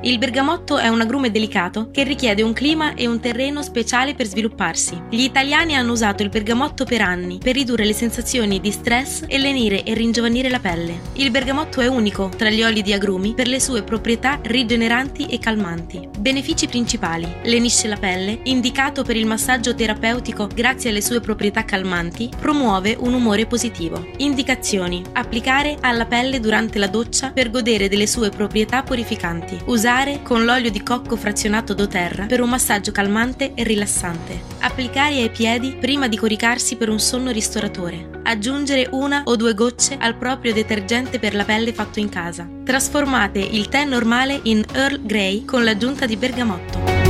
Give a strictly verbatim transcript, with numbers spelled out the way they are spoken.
Il bergamotto è un agrume delicato che richiede un clima e un terreno speciale per svilupparsi. Gli italiani hanno usato il bergamotto per anni per ridurre le sensazioni di stress e lenire e ringiovanire la pelle. Il bergamotto è unico tra gli oli di agrumi per le sue proprietà rigeneranti e calmanti. Benefici principali: lenisce la pelle, indicato per il massaggio terapeutico grazie alle sue proprietà calmanti, promuove un umore positivo. Indicazioni: applicare alla pelle durante la doccia per godere delle sue proprietà purificanti. Usare con l'olio di cocco frazionato doTERRA per un massaggio calmante e rilassante. Applicare ai piedi prima di coricarsi per un sonno ristoratore. Aggiungere una o due gocce al proprio detergente per la pelle fatto in casa. Trasformate il tè normale in Earl Grey con l'aggiunta di bergamotto.